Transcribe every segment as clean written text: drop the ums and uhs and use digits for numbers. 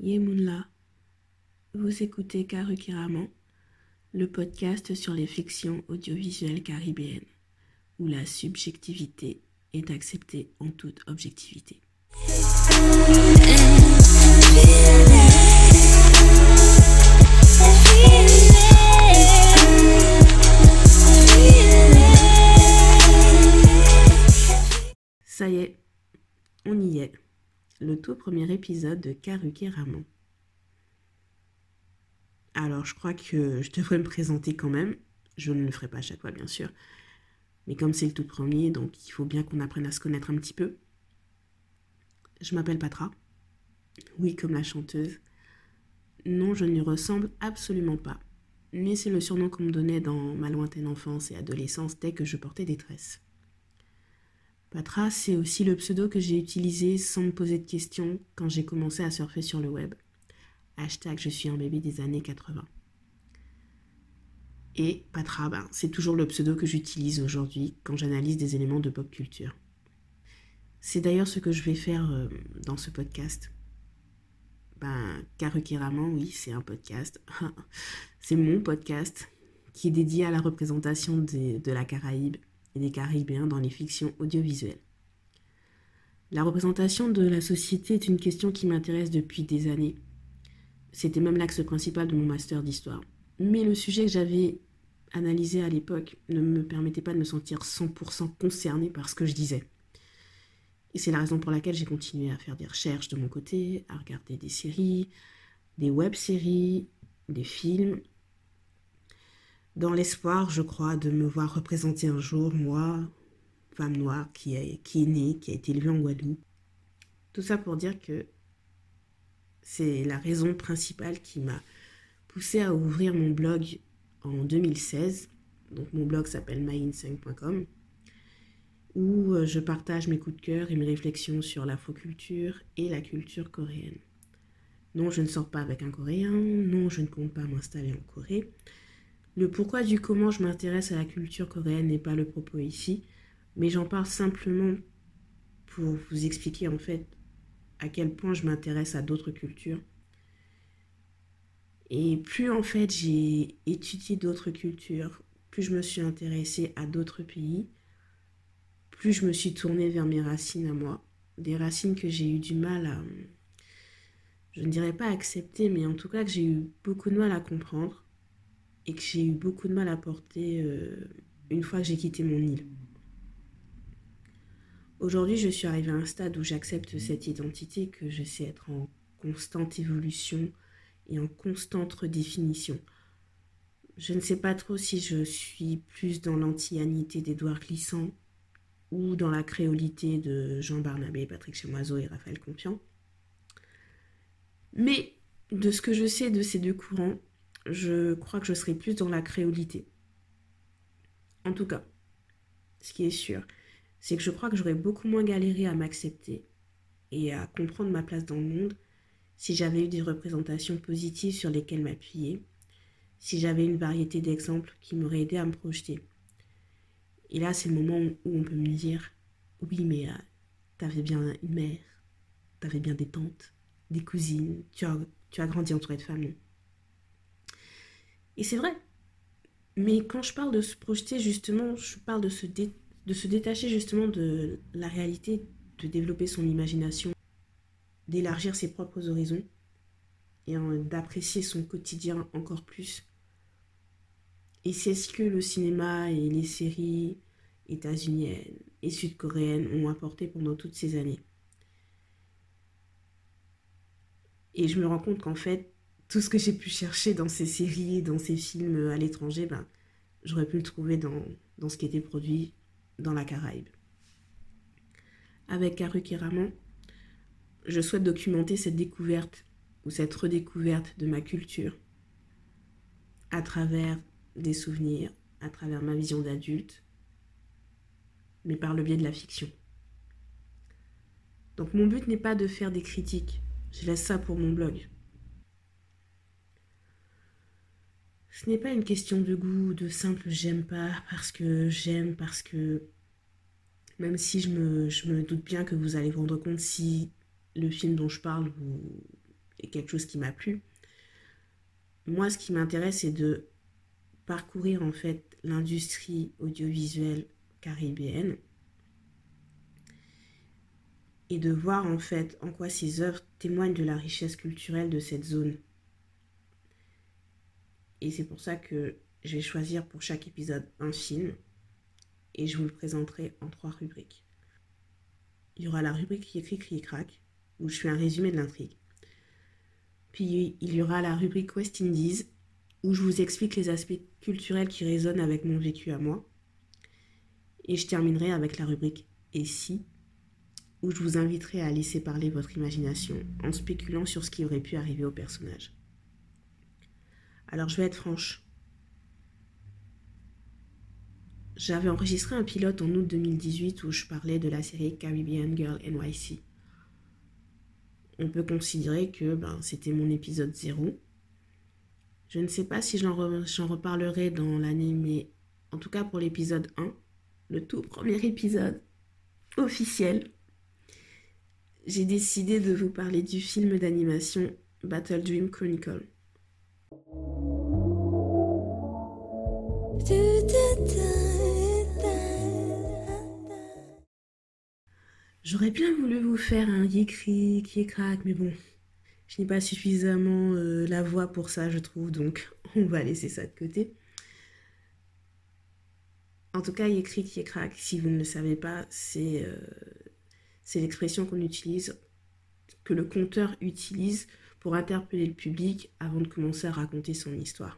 Yemunla, vous écoutez Karukiraman, le podcast sur les fictions audiovisuelles caribéennes, où la subjectivité est acceptée en toute objectivité. Ça y est, on y est. Le tout premier épisode de Karukiraman. Alors, je crois que je devrais me présenter quand même. Je ne le ferai pas à chaque fois, bien sûr. Mais comme c'est le tout premier, donc il faut bien qu'on apprenne à se connaître un petit peu. Je m'appelle Patra. Oui, comme la chanteuse. Non, je ne lui ressemble absolument pas. Mais c'est le surnom qu'on me donnait dans ma lointaine enfance et adolescence dès que je portais des tresses. Patra, c'est aussi le pseudo que j'ai utilisé sans me poser de questions quand j'ai commencé à surfer sur le web. Hashtag je suis un bébé des années 80. Et Patra, c'est toujours le pseudo que j'utilise aujourd'hui quand j'analyse des éléments de pop culture. C'est d'ailleurs ce que je vais faire dans ce podcast. Karukiraman, oui, c'est un podcast. C'est mon podcast qui est dédié à la représentation de la Caraïbe et des Caribéens dans les fictions audiovisuelles. La représentation de la société est une question qui m'intéresse depuis des années. C'était même l'axe principal de mon master d'histoire. Mais le sujet que j'avais analysé à l'époque ne me permettait pas de me sentir 100% concernée par ce que je disais. Et c'est la raison pour laquelle j'ai continué à faire des recherches de mon côté, à regarder des séries, des web-séries, des films, dans l'espoir, je crois, de me voir représenter un jour, moi, femme noire qui est née, qui a été élevée en Guadeloupe. Tout ça pour dire que c'est la raison principale qui m'a poussée à ouvrir mon blog en 2016. Donc mon blog s'appelle myin5.com, où je partage mes coups de cœur et mes réflexions sur l'afroculture et la culture coréenne. Non, je ne sors pas avec un Coréen, non, je ne compte pas m'installer en Corée. Le pourquoi du comment je m'intéresse à la culture coréenne n'est pas le propos ici, mais j'en parle simplement pour vous expliquer en fait à quel point je m'intéresse à d'autres cultures. Et plus en fait j'ai étudié d'autres cultures, plus je me suis intéressée à d'autres pays, plus je me suis tournée vers mes racines à moi. Des racines que j'ai eu du mal à, je ne dirais pas accepter, mais en tout cas que j'ai eu beaucoup de mal à comprendre et que j'ai eu beaucoup de mal à porter une fois que j'ai quitté mon île. Aujourd'hui, je suis arrivée à un stade où j'accepte cette identité que je sais être en constante évolution et en constante redéfinition. Je ne sais pas trop si je suis plus dans l'antillanité d'Édouard Glissant ou dans la créolité de Jean Barnabé, Patrick Chamoiseau et Raphaël Compian. Mais de ce que je sais de ces deux courants, je crois que je serai plus dans la créolité. En tout cas, ce qui est sûr, c'est que je crois que j'aurais beaucoup moins galéré à m'accepter et à comprendre ma place dans le monde si j'avais eu des représentations positives sur lesquelles m'appuyer, si j'avais une variété d'exemples qui m'auraient aidé à me projeter. Et là, c'est le moment où on peut me dire « Oui, mais t'avais bien une mère, t'avais bien des tantes, des cousines, tu as grandi entouré de femmes, non ?» Et c'est vrai. Mais quand je parle de se projeter, justement, je parle de se détacher justement de la réalité, de développer son imagination, d'élargir ses propres horizons et d'apprécier son quotidien encore plus. Et c'est ce que le cinéma et les séries états-uniennes et sud-coréennes ont apporté pendant toutes ces années. Et je me rends compte qu'en fait, tout ce que j'ai pu chercher dans ces séries, dans ces films à l'étranger, j'aurais pu le trouver dans ce qui était produit dans la Caraïbe. Avec Karukiraman, je souhaite documenter cette découverte ou cette redécouverte de ma culture à travers des souvenirs, à travers ma vision d'adulte, mais par le biais de la fiction. Donc mon but n'est pas de faire des critiques, je laisse ça pour mon blog. Ce n'est pas une question de goût, de simple j'aime pas parce que même si je me doute bien que vous allez vous rendre compte si le film dont je parle quelque chose qui m'a plu. Moi, ce qui m'intéresse, c'est de parcourir en fait l'industrie audiovisuelle caribéenne et de voir en fait en quoi ces œuvres témoignent de la richesse culturelle de cette zone. Et c'est pour ça que je vais choisir pour chaque épisode un film et je vous le présenterai en 3 rubriques. Il y aura la rubrique qui écrit Cric Crac, où je fais un résumé de l'intrigue. Puis il y aura la rubrique West Indies, où je vous explique les aspects culturels qui résonnent avec mon vécu à moi. Et je terminerai avec la rubrique Et si, où je vous inviterai à laisser parler votre imagination en spéculant sur ce qui aurait pu arriver au personnage. Alors je vais être franche. J'avais enregistré un pilote en août 2018 où je parlais de la série Caribbean Girl NYC. On peut considérer que c'était mon épisode 0. Je ne sais pas si j'en reparlerai dans l'année, mais en tout cas pour l'épisode 1, le tout premier épisode officiel, j'ai décidé de vous parler du film d'animation Battle Dream Chronicle. J'aurais bien voulu vous faire un yécri qui craque, mais bon, je n'ai pas suffisamment la voix pour ça, je trouve, donc on va laisser ça de côté. En tout cas, yécri qui craque, si vous ne le savez pas, c'est l'expression qu'on utilise, que le conteur utilise pour interpeller le public avant de commencer à raconter son histoire.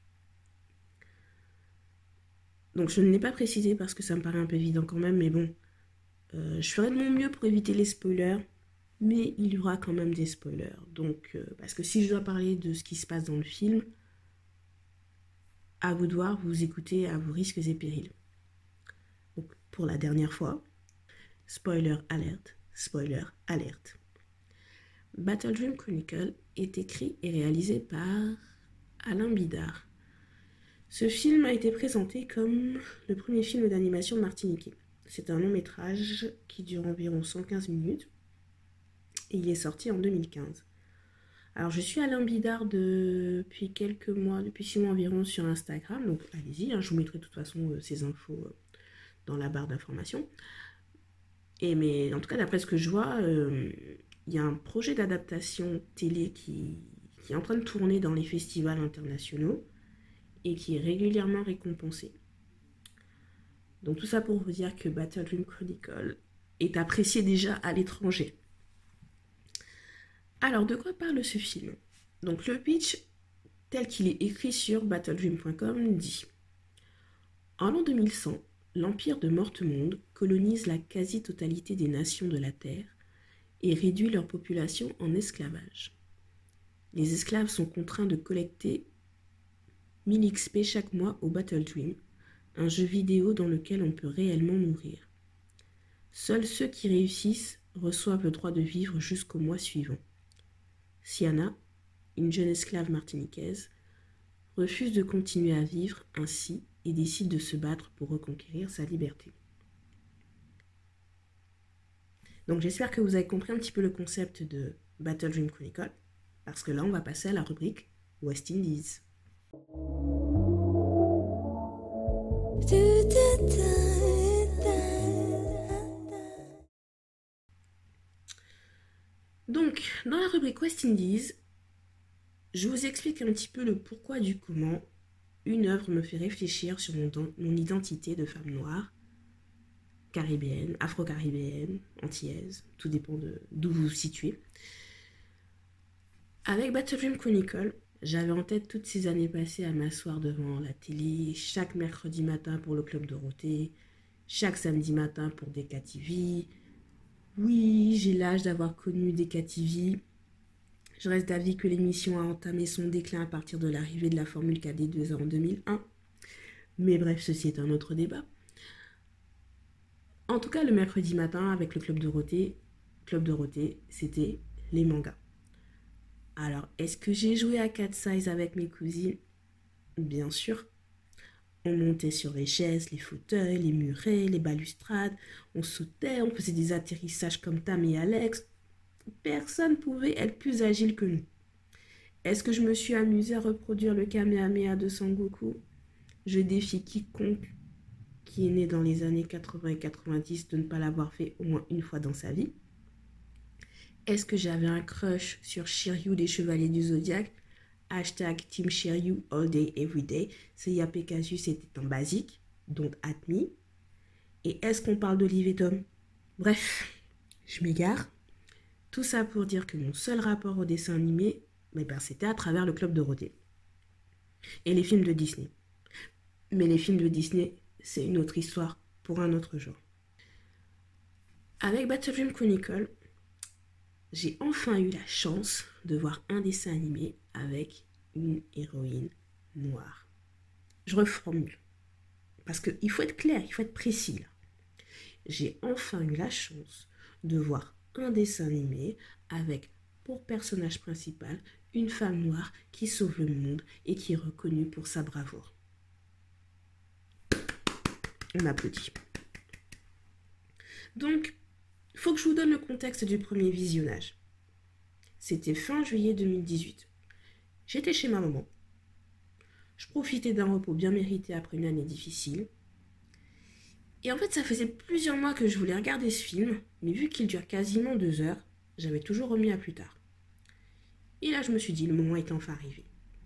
Donc je ne l'ai pas précisé parce que ça me paraît un peu évident quand même, mais bon, je ferai de mon mieux pour éviter les spoilers, mais il y aura quand même des spoilers. Donc, parce que si je dois parler de ce qui se passe dans le film, à vous de voir, vous écoutez à vos risques et périls. Donc, pour la dernière fois, spoiler alerte, spoiler alerte. Battle Dream Chronicle est écrit et réalisé par Alain Bidard. Ce film a été présenté comme le premier film d'animation martiniquais. C'est un long métrage qui dure environ 115 minutes et il est sorti en 2015. Alors je suis Alain Bidard depuis quelques mois, depuis 6 mois environ sur Instagram, donc allez-y, je vous mettrai de toute façon ces infos dans la barre d'informations. Mais en tout cas, d'après ce que je vois, il y a un projet d'adaptation télé qui est en train de tourner dans les festivals internationaux et qui est régulièrement récompensé. Donc tout ça pour vous dire que Battle Dream Chronicle est apprécié déjà à l'étranger. Alors de quoi parle ce film? Donc le pitch tel qu'il est écrit sur battledream.com dit: en l'an 2100, l'empire de Mortemonde colonise la quasi-totalité des nations de la Terre et réduit leur population en esclavage. Les esclaves sont contraints de collecter 1000 XP chaque mois au Battle Dream, un jeu vidéo dans lequel on peut réellement mourir. Seuls ceux qui réussissent reçoivent le droit de vivre jusqu'au mois suivant. Siana, une jeune esclave martiniquaise, refuse de continuer à vivre ainsi et décide de se battre pour reconquérir sa liberté. Donc j'espère que vous avez compris un petit peu le concept de Battle Dream Chronicle, parce que là on va passer à la rubrique West Indies. Donc, dans la rubrique West Indies, je vous explique un petit peu le pourquoi du comment une œuvre me fait réfléchir sur mon identité de femme noire, caribéenne, afro-caribéenne, antillaise, tout dépend d'où vous vous situez. Avec Battle Dream Chronicle, j'avais en tête toutes ces années passées à m'asseoir devant la télé, chaque mercredi matin pour le Club Dorothée, chaque samedi matin pour DKTV. Oui, j'ai l'âge d'avoir connu DKTV. Je reste d'avis que l'émission a entamé son déclin à partir de l'arrivée de la formule KD2 en 2001. Mais bref, ceci est un autre débat. En tout cas, le mercredi matin, avec le Club Dorothée, c'était les mangas. Alors, est-ce que j'ai joué à Cat Size avec mes cousines? Bien sûr. On montait sur les chaises, les fauteuils, les murets, les balustrades. On sautait, on faisait des atterrissages comme Tam et Alex. Personne ne pouvait être plus agile que nous. Est-ce que je me suis amusée à reproduire le Kamehameha de Sangoku? Je défie quiconque qui est né dans les années 80 et 90 de ne pas l'avoir fait au moins une fois dans sa vie. Est-ce que j'avais un crush sur Shiryu des Chevaliers du Zodiaque? Hashtag Team Shiryu all day, every day. Seiya Pegasus était un basique, don't at me. Et est-ce qu'on parle d'Olive et Tom? Bref, je m'égare. Tout ça pour dire que mon seul rapport au dessin animé, c'était à travers le Club Dorothée. Et les films de Disney. Mais les films de Disney, c'est une autre histoire pour un autre jour. Avec Battle Dream Chronicle, j'ai enfin eu la chance de voir un dessin animé avec une héroïne noire. Je reformule. Parce qu'il faut être clair, il faut être précis là. J'ai enfin eu la chance de voir un dessin animé avec pour personnage principal une femme noire qui sauve le monde et qui est reconnue pour sa bravoure. On applaudit. Donc, il faut que je vous donne le contexte du premier visionnage. C'était fin juillet 2018. J'étais chez ma maman. Je profitais d'un repos bien mérité après une année difficile. Et en fait, ça faisait plusieurs mois que je voulais regarder ce film, mais vu qu'il dure quasiment 2 heures, j'avais toujours remis à plus tard. Et là, je me suis dit, le moment est enfin arrivé.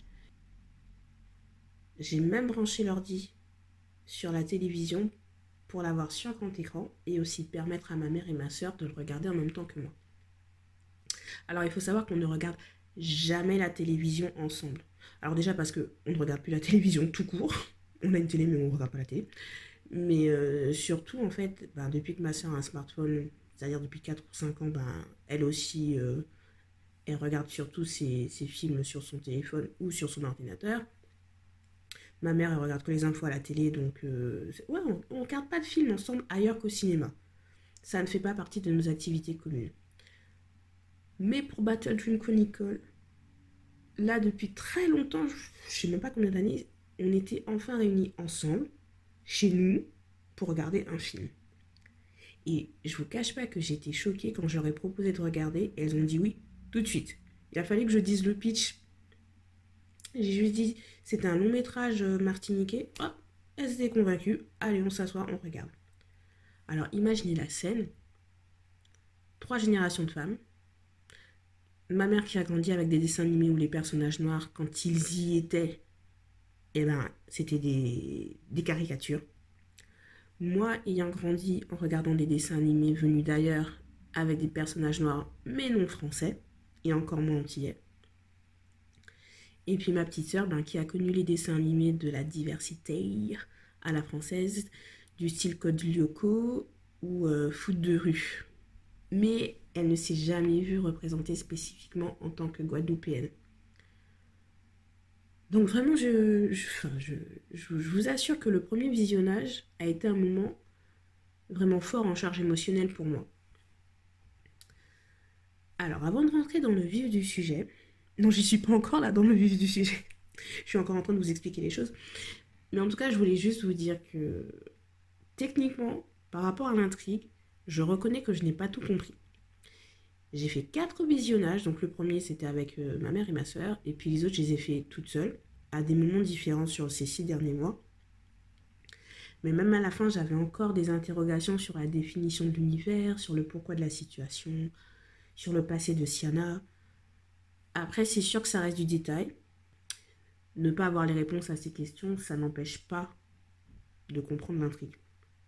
J'ai même branché l'ordi sur la télévision pour l'avoir sur grand écran et aussi permettre à ma mère et ma soeur de le regarder en même temps que moi. Alors, il faut savoir qu'on ne regarde jamais la télévision ensemble. Alors déjà parce qu'on ne regarde plus la télévision tout court. On a une télé, mais on ne regarde pas la télé. Mais surtout, en fait, depuis que ma soeur a un smartphone, c'est-à-dire depuis 4 ou 5 ans, elle aussi, elle regarde surtout ses films sur son téléphone ou sur son ordinateur. Ma mère, elle regarde que les infos à la télé, donc ouais, on ne regarde pas de films ensemble ailleurs qu'au cinéma. Ça ne fait pas partie de nos activités communes. Mais pour Battle Dream Chronicle, là, depuis très longtemps, je ne sais même pas combien d'années, on était enfin réunis ensemble, chez nous, pour regarder un film. Et je vous cache pas que j'étais choquée quand j'aurais proposé de regarder, et elles ont dit oui, tout de suite. Il a fallu que je dise le pitch. J'ai juste dit, c'était un long métrage martiniquais. Hop, elles étaient convaincues. Allez, on s'assoit, on regarde. Alors, imaginez la scène. 3 générations de femmes. Ma mère qui a grandi avec des dessins animés où les personnages noirs, quand ils y étaient, c'était des caricatures. Moi, ayant grandi en regardant des dessins animés venus d'ailleurs avec des personnages noirs, mais non français, et encore moins antillais. Et puis ma petite sœur, qui a connu les dessins animés de la diversité à la française, du style Code Lyoko ou Foot de rue. Mais elle ne s'est jamais vue représentée spécifiquement en tant que Guadeloupéenne. Donc vraiment, je vous assure que le premier visionnage a été un moment vraiment fort en charge émotionnelle pour moi. Alors, avant de rentrer dans le vif du sujet, non, j'y suis pas encore là dans le vif du sujet, je suis encore en train de vous expliquer les choses, mais en tout cas, je voulais juste vous dire que techniquement, par rapport à l'intrigue, je reconnais que je n'ai pas tout compris. J'ai fait 4 visionnages, donc le premier c'était avec ma mère et ma soeur, et puis les autres je les ai fait toutes seules, à des moments différents sur ces 6 derniers mois. Mais même à la fin, j'avais encore des interrogations sur la définition de l'univers, sur le pourquoi de la situation, sur le passé de Siana. Après, c'est sûr que ça reste du détail. Ne pas avoir les réponses à ces questions, ça n'empêche pas de comprendre l'intrigue.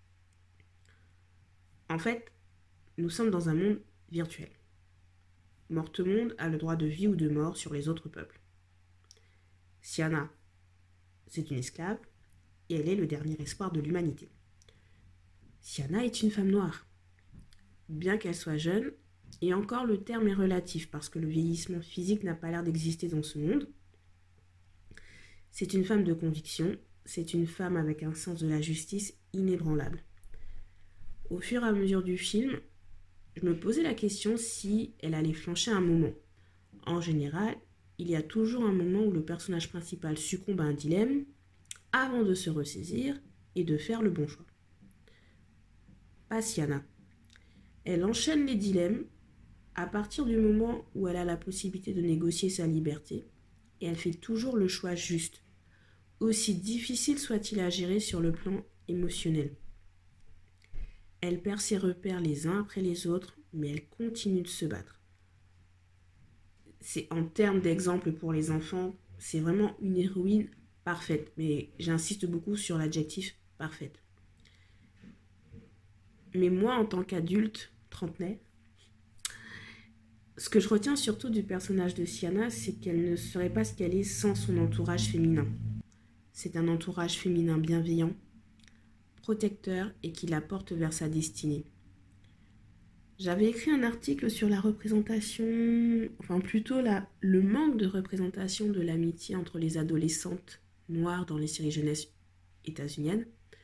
En fait, nous sommes dans un monde virtuel. Morte-Monde a le droit de vie ou de mort sur les autres peuples. Siana, c'est une esclave et elle est le dernier espoir de l'humanité. Siana est une femme noire. Bien qu'elle soit jeune, et encore le terme est relatif parce que le vieillissement physique n'a pas l'air d'exister dans ce monde. C'est une femme de conviction, c'est une femme avec un sens de la justice inébranlable. Au fur et à mesure du film, je me posais la question si elle allait flancher un moment. En général, il y a toujours un moment où le personnage principal succombe à un dilemme avant de se ressaisir et de faire le bon choix. Pas Siana. Elle enchaîne les dilemmes à partir du moment où elle a la possibilité de négocier sa liberté et elle fait toujours le choix juste, aussi difficile soit-il à gérer sur le plan émotionnel. Elle perd ses repères les uns après les autres, mais elle continue de se battre. C'est en termes d'exemple pour les enfants, c'est vraiment une héroïne parfaite, mais j'insiste beaucoup sur l'adjectif parfaite. Mais moi, en tant qu'adulte, trentenaire, ce que je retiens surtout du personnage de Sienna, c'est qu'elle ne serait pas ce qu'elle est sans son entourage féminin. C'est un entourage féminin bienveillant, protecteur et qui la porte vers sa destinée. J'avais écrit un article sur la représentation, enfin plutôt le manque de représentation de l'amitié entre les adolescentes noires dans les séries jeunesse états-uniennes.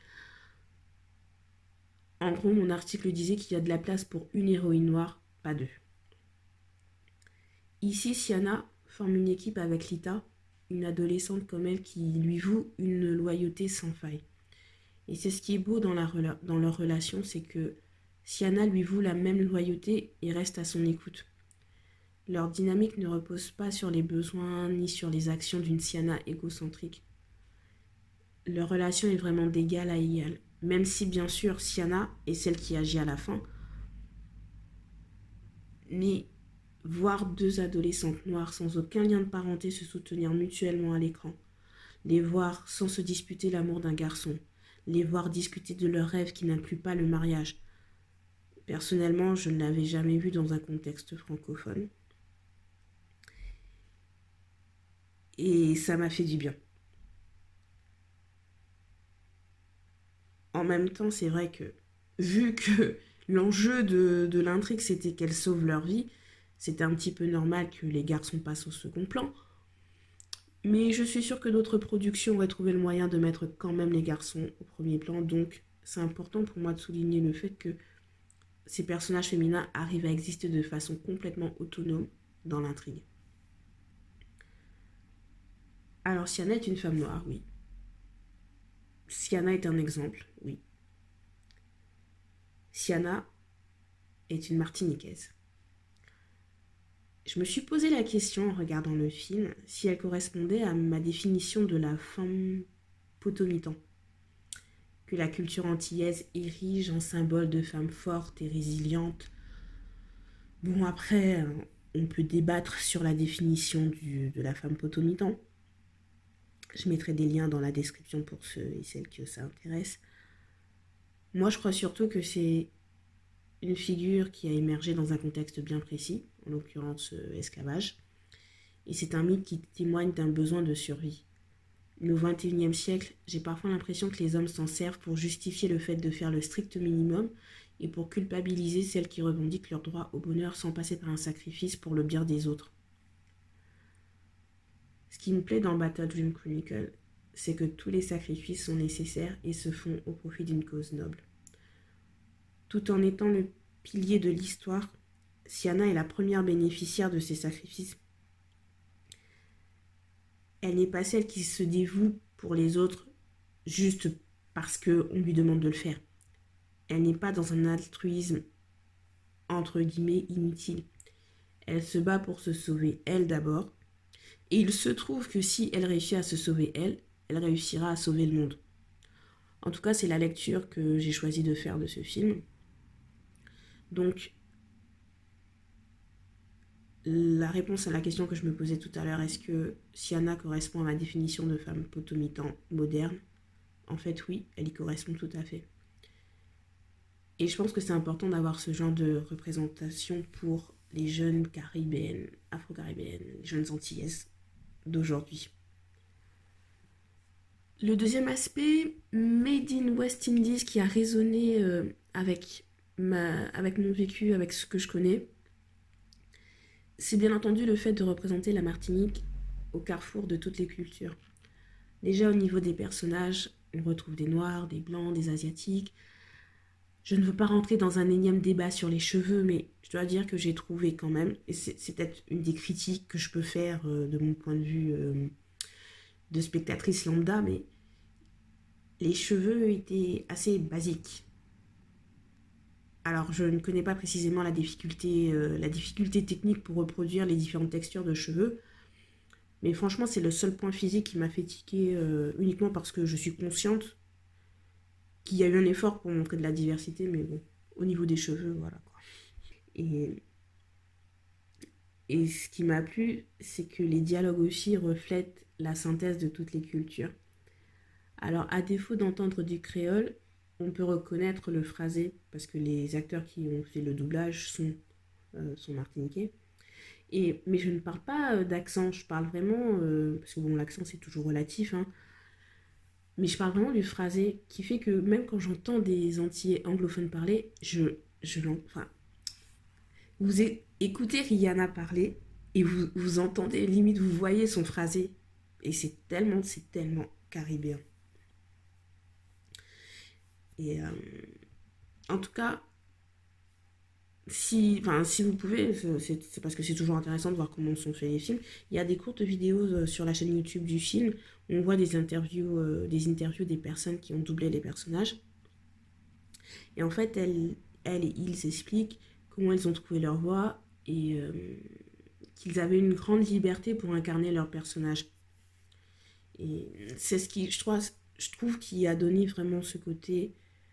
En gros, mon article disait qu'il y a de la place pour une héroïne noire, pas deux. Ici, Sienna forme une équipe avec Lita, une adolescente comme elle qui lui voue une loyauté sans faille. Et c'est ce qui est beau dans leur relation, c'est que Sienna lui voue la même loyauté et reste à son écoute. Leur dynamique ne repose pas sur les besoins ni sur les actions d'une Sienna égocentrique. Leur relation est vraiment d'égal à égal, même si bien sûr Sienna est celle qui agit à la fin. Mais voir deux adolescentes noires sans aucun lien de parenté se soutenir mutuellement à l'écran, les voir sans se disputer l'amour d'un garçon, les voir discuter de leurs rêves qui n'incluent pas le mariage. Personnellement, je ne l'avais jamais vu dans un contexte francophone. Et ça m'a fait du bien. En même temps, c'est vrai que, vu que l'enjeu de l'intrigue, c'était qu'elles sauvent leur vie, c'était un petit peu normal que les garçons passent au second plan. Mais je suis sûre que d'autres productions auraient trouvé le moyen de mettre quand même les garçons au premier plan. Donc, c'est important pour moi de souligner le fait que ces personnages féminins arrivent à exister de façon complètement autonome dans l'intrigue. Alors, Sienna est une femme noire, oui. Sienna est un exemple, oui. Sienna est une Martiniquaise. Je me suis posé la question en regardant le film si elle correspondait à ma définition de la femme potomitan, que la culture antillaise érige en symbole de femme forte et résiliente. Bon, après, on peut débattre sur la définition de la femme potomitan. Je mettrai des liens dans la description pour ceux et celles que ça intéresse. Moi, je crois surtout que c'est une figure qui a émergé dans un contexte bien précis, en l'occurrence esclavage. Et c'est un mythe qui témoigne d'un besoin de survie. Mais au XXIe siècle, j'ai parfois l'impression que les hommes s'en servent pour justifier le fait de faire le strict minimum et pour culpabiliser celles qui revendiquent leur droit au bonheur sans passer par un sacrifice pour le bien des autres. Ce qui me plaît dans Battle Dream Chronicle, c'est que tous les sacrifices sont nécessaires et se font au profit d'une cause noble. Tout en étant le pilier de l'histoire, Sienna est la première bénéficiaire de ces sacrifices. Elle n'est pas celle qui se dévoue pour les autres juste parce qu'on lui demande de le faire. Elle n'est pas dans un altruisme entre guillemets inutile. Elle se bat pour se sauver elle d'abord. Et il se trouve que si elle réussit à se sauver elle, elle réussira à sauver le monde. En tout cas, c'est la lecture que j'ai choisi de faire de ce film. Donc, la réponse à la question que je me posais tout à l'heure, est-ce que Sienna correspond à ma définition de femme potomitan moderne? En fait, oui, elle y correspond tout à fait. Et je pense que c'est important d'avoir ce genre de représentation pour les jeunes caribéennes, afro-caribéennes, les jeunes antillaises d'aujourd'hui. Le deuxième aspect, Made in West Indies, qui a résonné avec mon vécu, avec ce que je connais, c'est bien entendu le fait de représenter la Martinique au carrefour de toutes les cultures. Déjà au niveau des personnages, on retrouve des Noirs, des Blancs, des Asiatiques. Je ne veux pas rentrer dans un énième débat sur les cheveux, mais je dois dire que j'ai trouvé quand même, et c'est peut-être une des critiques que je peux faire de mon point de vue de spectatrice lambda, mais les cheveux étaient assez basiques. Alors, je ne connais pas précisément la difficulté technique pour reproduire les différentes textures de cheveux, Mais franchement, c'est le seul point physique qui m'a fait tiquer uniquement parce que je suis consciente qu'il y a eu un effort pour montrer de la diversité, mais bon, au niveau des cheveux, voilà quoi. Et, et ce qui m'a plu, c'est que les dialogues aussi reflètent la synthèse de toutes les cultures. Alors, à défaut d'entendre du créole, on peut reconnaître le phrasé, parce que les acteurs qui ont fait le doublage sont martiniquais. Mais je ne parle pas d'accent, je parle vraiment, parce que bon, l'accent c'est toujours relatif, hein, mais je parle vraiment du phrasé qui fait que même quand j'entends des Antillais anglophones parler, enfin, écoutez Rihanna parler et vous entendez, limite vous voyez son phrasé, et c'est tellement caribéen. Et en tout cas, si vous pouvez, c'est parce que c'est toujours intéressant de voir comment sont faits les films. Il y a des courtes vidéos sur la chaîne YouTube du film où on voit des interviews des personnes qui ont doublé les personnages. Et en fait, elles et ils expliquent comment ils ont trouvé leur voix et qu'ils avaient une grande liberté pour incarner leur personnage. Et c'est ce qui, je trouve, qui a donné vraiment ce côté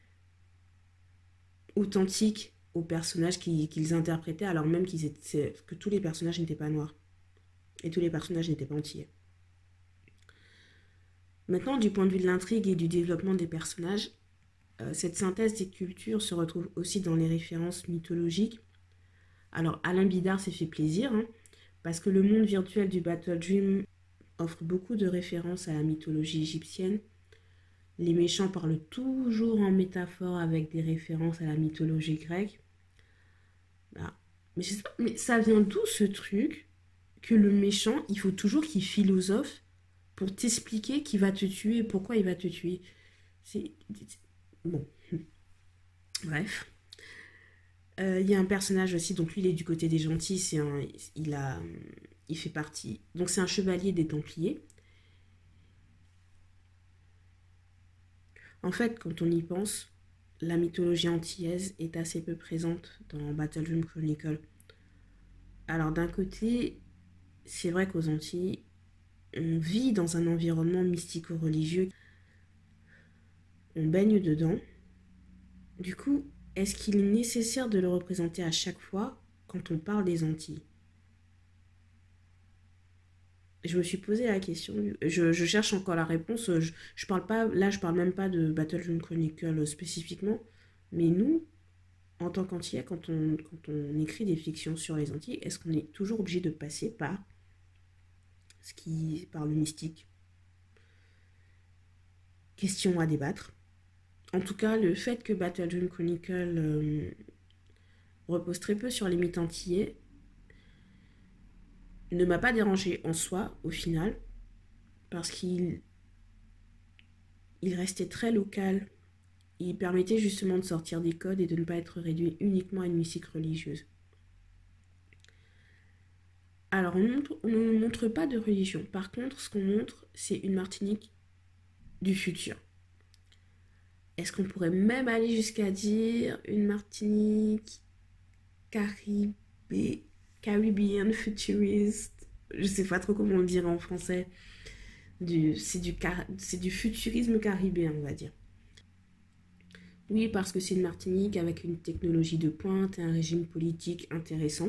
authentique aux personnages qu'ils interprétaient, alors même que tous les personnages n'étaient pas noirs et tous les personnages n'étaient pas antillais. Maintenant, du point de vue de l'intrigue et du développement des personnages, cette synthèse des cultures se retrouve aussi dans les références mythologiques. Alors, Alain Bidard s'est fait plaisir, hein, parce que le monde virtuel du Battle Dream offre beaucoup de références à la mythologie égyptienne. Les méchants parlent toujours en métaphore avec des références à la mythologie grecque. Bah, mais je sais pas, mais ça vient d'où ce truc que le méchant, il faut toujours qu'il philosophe pour t'expliquer qu'il va te tuer et pourquoi il va te tuer. C'est... Bon. Bref. Il y a un personnage aussi, donc lui il est du côté des gentils, il fait partie. Donc c'est un chevalier des Templiers. En fait, quand on y pense, la mythologie antillaise est assez peu présente dans Battle Dream Chronicle. Alors d'un côté, c'est vrai qu'aux Antilles, on vit dans un environnement mystico-religieux, on baigne dedans. Du coup, est-ce qu'il est nécessaire de le représenter à chaque fois quand on parle des Antilles? Je me suis posé la question, je cherche encore la réponse. Je parle pas, là je parle même pas de Battle Dream Chronicle spécifiquement, mais nous, en tant qu'Antillais, quand on écrit des fictions sur les Antilles, est-ce qu'on est toujours obligé de passer par le mystique? Question à débattre. En tout cas, le fait que Battle Dream Chronicle repose très peu sur les mythes antillais ne m'a pas dérangé en soi, au final, parce qu'il restait très local. Il permettait justement de sortir des codes et de ne pas être réduit uniquement à une mystique religieuse. Alors, on ne montre pas de religion. Par contre, ce qu'on montre, c'est une Martinique du futur. Est-ce qu'on pourrait même aller jusqu'à dire une Martinique Caribbean futuriste? Je sais pas trop comment le dire en français. C'est du futurisme caribéen, on va dire. Oui, parce que c'est une Martinique avec une technologie de pointe et un régime politique intéressant.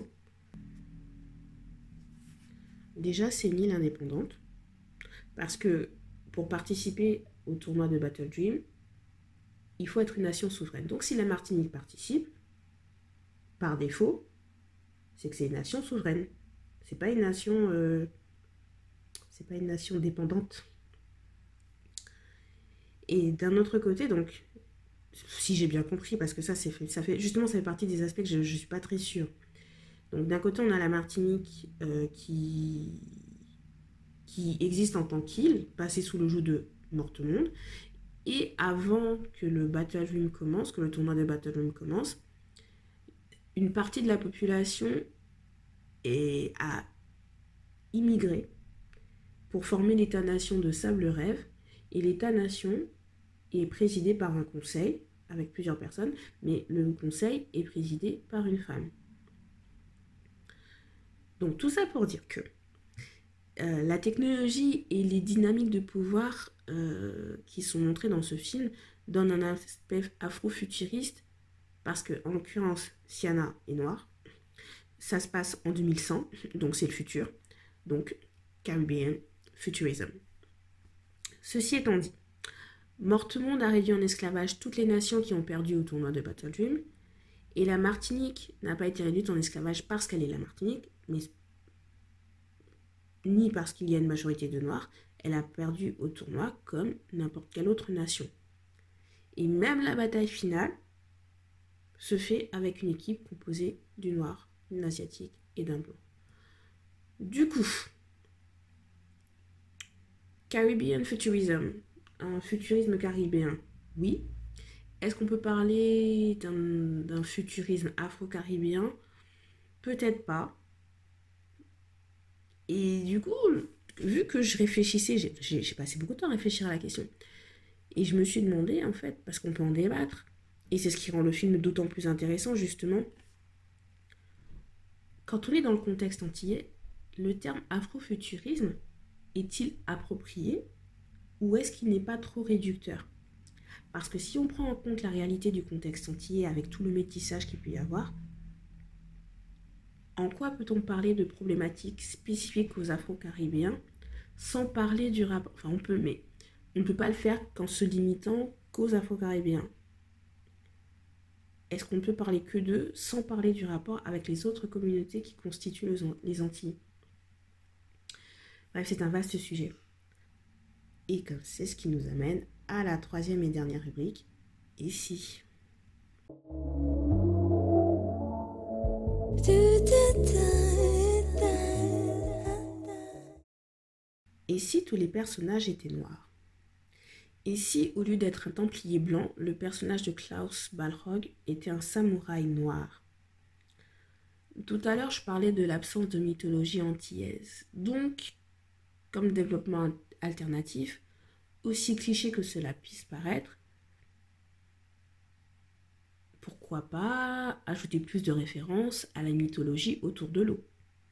Déjà, c'est une île indépendante, parce que pour participer au tournoi de Battle Dream, il faut être une nation souveraine. Donc si la Martinique participe, par défaut, c'est que c'est une nation souveraine. C'est pas une nation dépendante. Et d'un autre côté, donc, si j'ai bien compris, parce que ça fait partie des aspects que je ne suis pas très sûre. Donc d'un côté, on a la Martinique qui existe en tant qu'île, passée sous le joug de Mortemonde. Et avant que le Battle Dream commence, que le tournoi de Battle Dream commence, une partie de la population a immigré pour former l'État-nation de Sable-Rêve. Et l'État-nation est présidé par un conseil avec plusieurs personnes, mais le conseil est présidé par une femme. Donc tout ça pour dire que La technologie et les dynamiques de pouvoir qui sont montrées dans ce film donnent un aspect afro-futuriste parce que, en l'occurrence, Sienna est noire. Ça se passe en 2100, donc c'est le futur. Donc, Caribbean Futurism. Ceci étant dit, Mortemonde a réduit en esclavage toutes les nations qui ont perdu au tournoi de Battle Dream. Et la Martinique n'a pas été réduite en esclavage parce qu'elle est la Martinique, mais ni parce qu'il y a une majorité de Noirs. Elle a perdu au tournoi comme n'importe quelle autre nation. Et même la bataille finale se fait avec une équipe composée du Noir, d'une Asiatique et d'un Blanc. Du coup, Caribbean Futurism, un futurisme caribéen, oui. Est-ce qu'on peut parler d'un futurisme afro-caribéen? Peut-être pas. Et du coup, vu que je réfléchissais, j'ai passé beaucoup de temps à réfléchir à la question. Et je me suis demandé, en fait, parce qu'on peut en débattre, et c'est ce qui rend le film d'autant plus intéressant, justement, quand on est dans le contexte antillais, le terme afrofuturisme est-il approprié ou est-ce qu'il n'est pas trop réducteur? Parce que si on prend en compte la réalité du contexte antillais avec tout le métissage qu'il peut y avoir, en quoi peut-on parler de problématiques spécifiques aux Afro-Caribéens sans parler du rapport? Enfin, on peut, mais on ne peut pas le faire qu'en se limitant qu'aux Afro-Caribéens. Est-ce qu'on ne peut parler que d'eux sans parler du rapport avec les autres communautés qui constituent les Antilles? Bref, c'est un vaste sujet. Et comme c'est ce qui nous amène à la troisième et dernière rubrique, et si? Et si tous les personnages étaient noirs? Et si, au lieu d'être un templier blanc, le personnage de Klaus Balrog était un samouraï noir? Tout à l'heure, je parlais de l'absence de mythologie antillaise. Donc, comme développement alternatif, aussi cliché que cela puisse paraître, pourquoi pas ajouter plus de références à la mythologie autour de l'eau?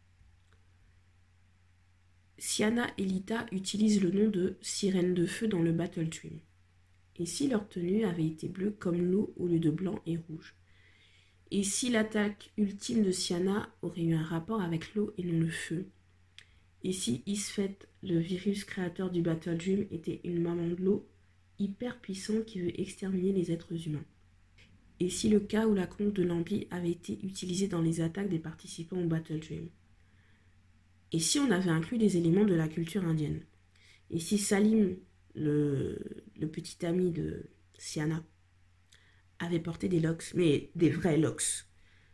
Sienna et Lita utilisent le nom de sirène de feu dans le Battle Dream. Et si leur tenue avait été bleue comme l'eau au lieu de blanc et rouge? Et si l'attaque ultime de Sienna aurait eu un rapport avec l'eau et non le feu? Et si Isfet, le virus créateur du Battle Dream, était une maman de l'eau hyper puissante qui veut exterminer les êtres humains? Et si le cas où la conque de Lambi avait été utilisée dans les attaques des participants au Battle Dream? Et si on avait inclus des éléments de la culture indienne? Et si Salim, le petit ami de Sienna, avait porté des locks, mais des vrais locks?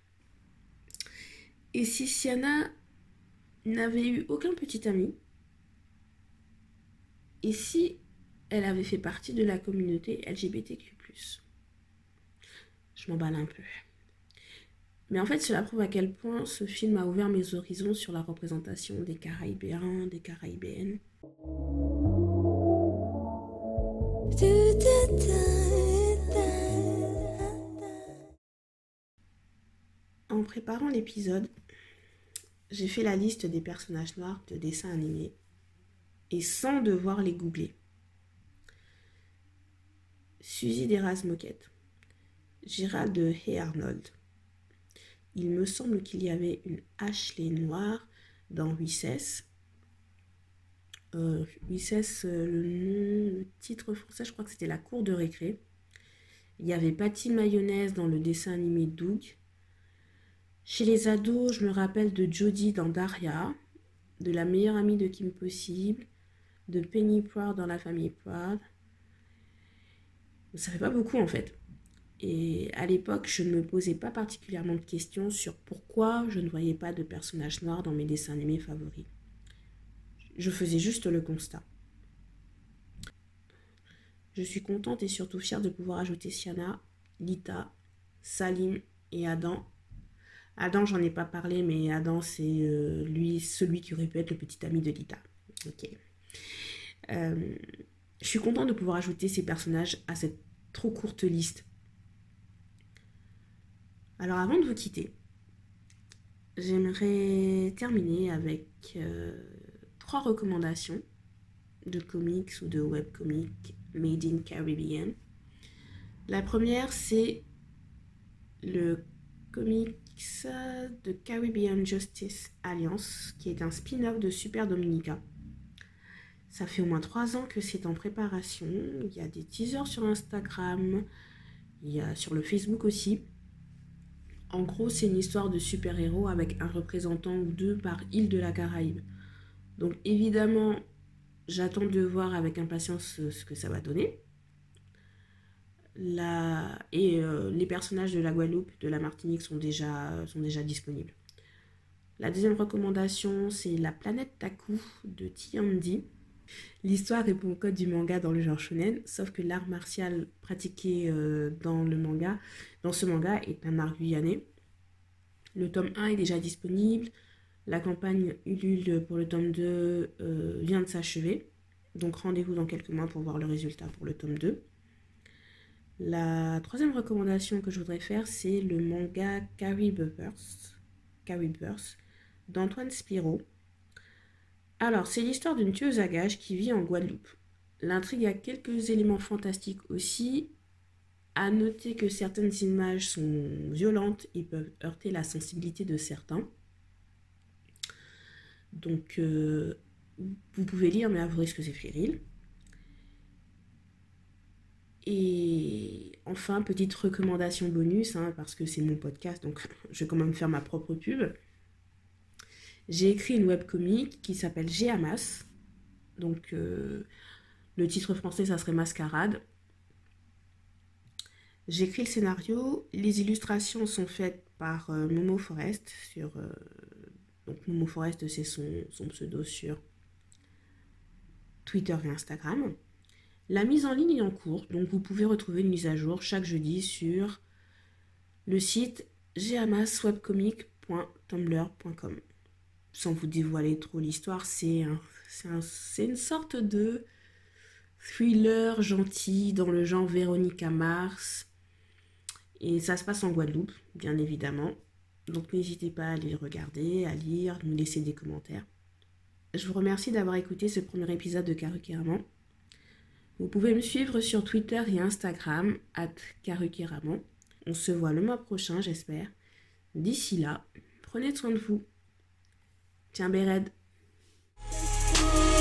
Et si Sienna n'avait eu aucun petit ami? Et si elle avait fait partie de la communauté LGBTQ+. Je m'emballe un peu. Mais en fait, cela prouve à quel point ce film a ouvert mes horizons sur la représentation des Caribéens, des Caribéennes. En préparant l'épisode, j'ai fait la liste des personnages noirs de dessins animés et sans devoir les googler. Suzy d'Erasmoquette, Gérald de Hey Arnold. Il me semble qu'il y avait une Ashley noire dans Recess. Recess, le titre français, je crois que c'était La Cour de récré. Il y avait Patty Mayonnaise dans le dessin animé Doug. Chez les ados, je me rappelle de Jodie dans Daria, de la meilleure amie de Kim Possible, de Penny Proud dans La Famille Proud. Ça fait pas beaucoup en fait. Et à l'époque, je ne me posais pas particulièrement de questions sur pourquoi je ne voyais pas de personnages noirs dans mes dessins animés favoris. Je faisais juste le constat. Je suis contente et surtout fière de pouvoir ajouter Sienna, Lita, Salim et Adam. Adam, j'en ai pas parlé, mais Adam, c'est celui qui aurait pu être le petit ami de Lita. Ok. Je suis contente de pouvoir ajouter ces personnages à cette trop courte liste. Alors avant de vous quitter, j'aimerais terminer avec 3 recommandations de comics ou de webcomics made in Caribbean. La première, c'est le comics de Caribbean Justice Alliance, qui est un spin-off de Super Dominica. Ça fait au moins 3 ans que c'est en préparation. Il y a des teasers sur Instagram, il y a sur le Facebook aussi. En gros, c'est une histoire de super-héros avec un représentant ou 2 par île de la Caraïbe. Donc évidemment, j'attends de voir avec impatience ce que ça va donner. Les personnages de la Guadeloupe, de la Martinique sont déjà disponibles. La deuxième recommandation, c'est La planète Taku de T.M.D. L'histoire répond au code du manga dans le genre shonen, sauf que l'art martial pratiqué dans ce manga est un art guyanais. Le tome 1 est déjà disponible. La campagne Ulule pour le tome 2 vient de s'achever. Donc rendez-vous dans quelques mois pour voir le résultat pour le tome 2. La troisième recommandation que je voudrais faire, c'est le manga Caribeverse d'Antoine Spiro. Alors, c'est l'histoire d'une tueuse à gages qui vit en Guadeloupe. L'intrigue a quelques éléments fantastiques aussi. À noter que certaines images sont violentes et peuvent heurter la sensibilité de certains. Donc, vous pouvez lire, mais avouez que c'est féril. Et enfin, petite recommandation bonus, parce que c'est mon podcast, donc je vais quand même faire ma propre pub. J'ai écrit une webcomic qui s'appelle G.A.M.A.S. Donc, le titre français, ça serait Mascarade. J'ai écrit le scénario. Les illustrations sont faites par Momo Forest. Donc, Momo Forest, c'est son pseudo sur Twitter et Instagram. La mise en ligne est en cours, donc vous pouvez retrouver une mise à jour chaque jeudi sur le site gamaswebcomic.tumblr.com. Sans vous dévoiler trop l'histoire, c'est une sorte de thriller gentil dans le genre Véronica Mars. Et ça se passe en Guadeloupe, bien évidemment. Donc n'hésitez pas à aller le regarder, à lire, nous laisser des commentaires. Je vous remercie d'avoir écouté ce premier épisode de Karukeraman. Vous pouvez me suivre sur Twitter et Instagram @karukeraman. On se voit le mois prochain, j'espère. D'ici là, prenez soin de vous. Tiens, Béred.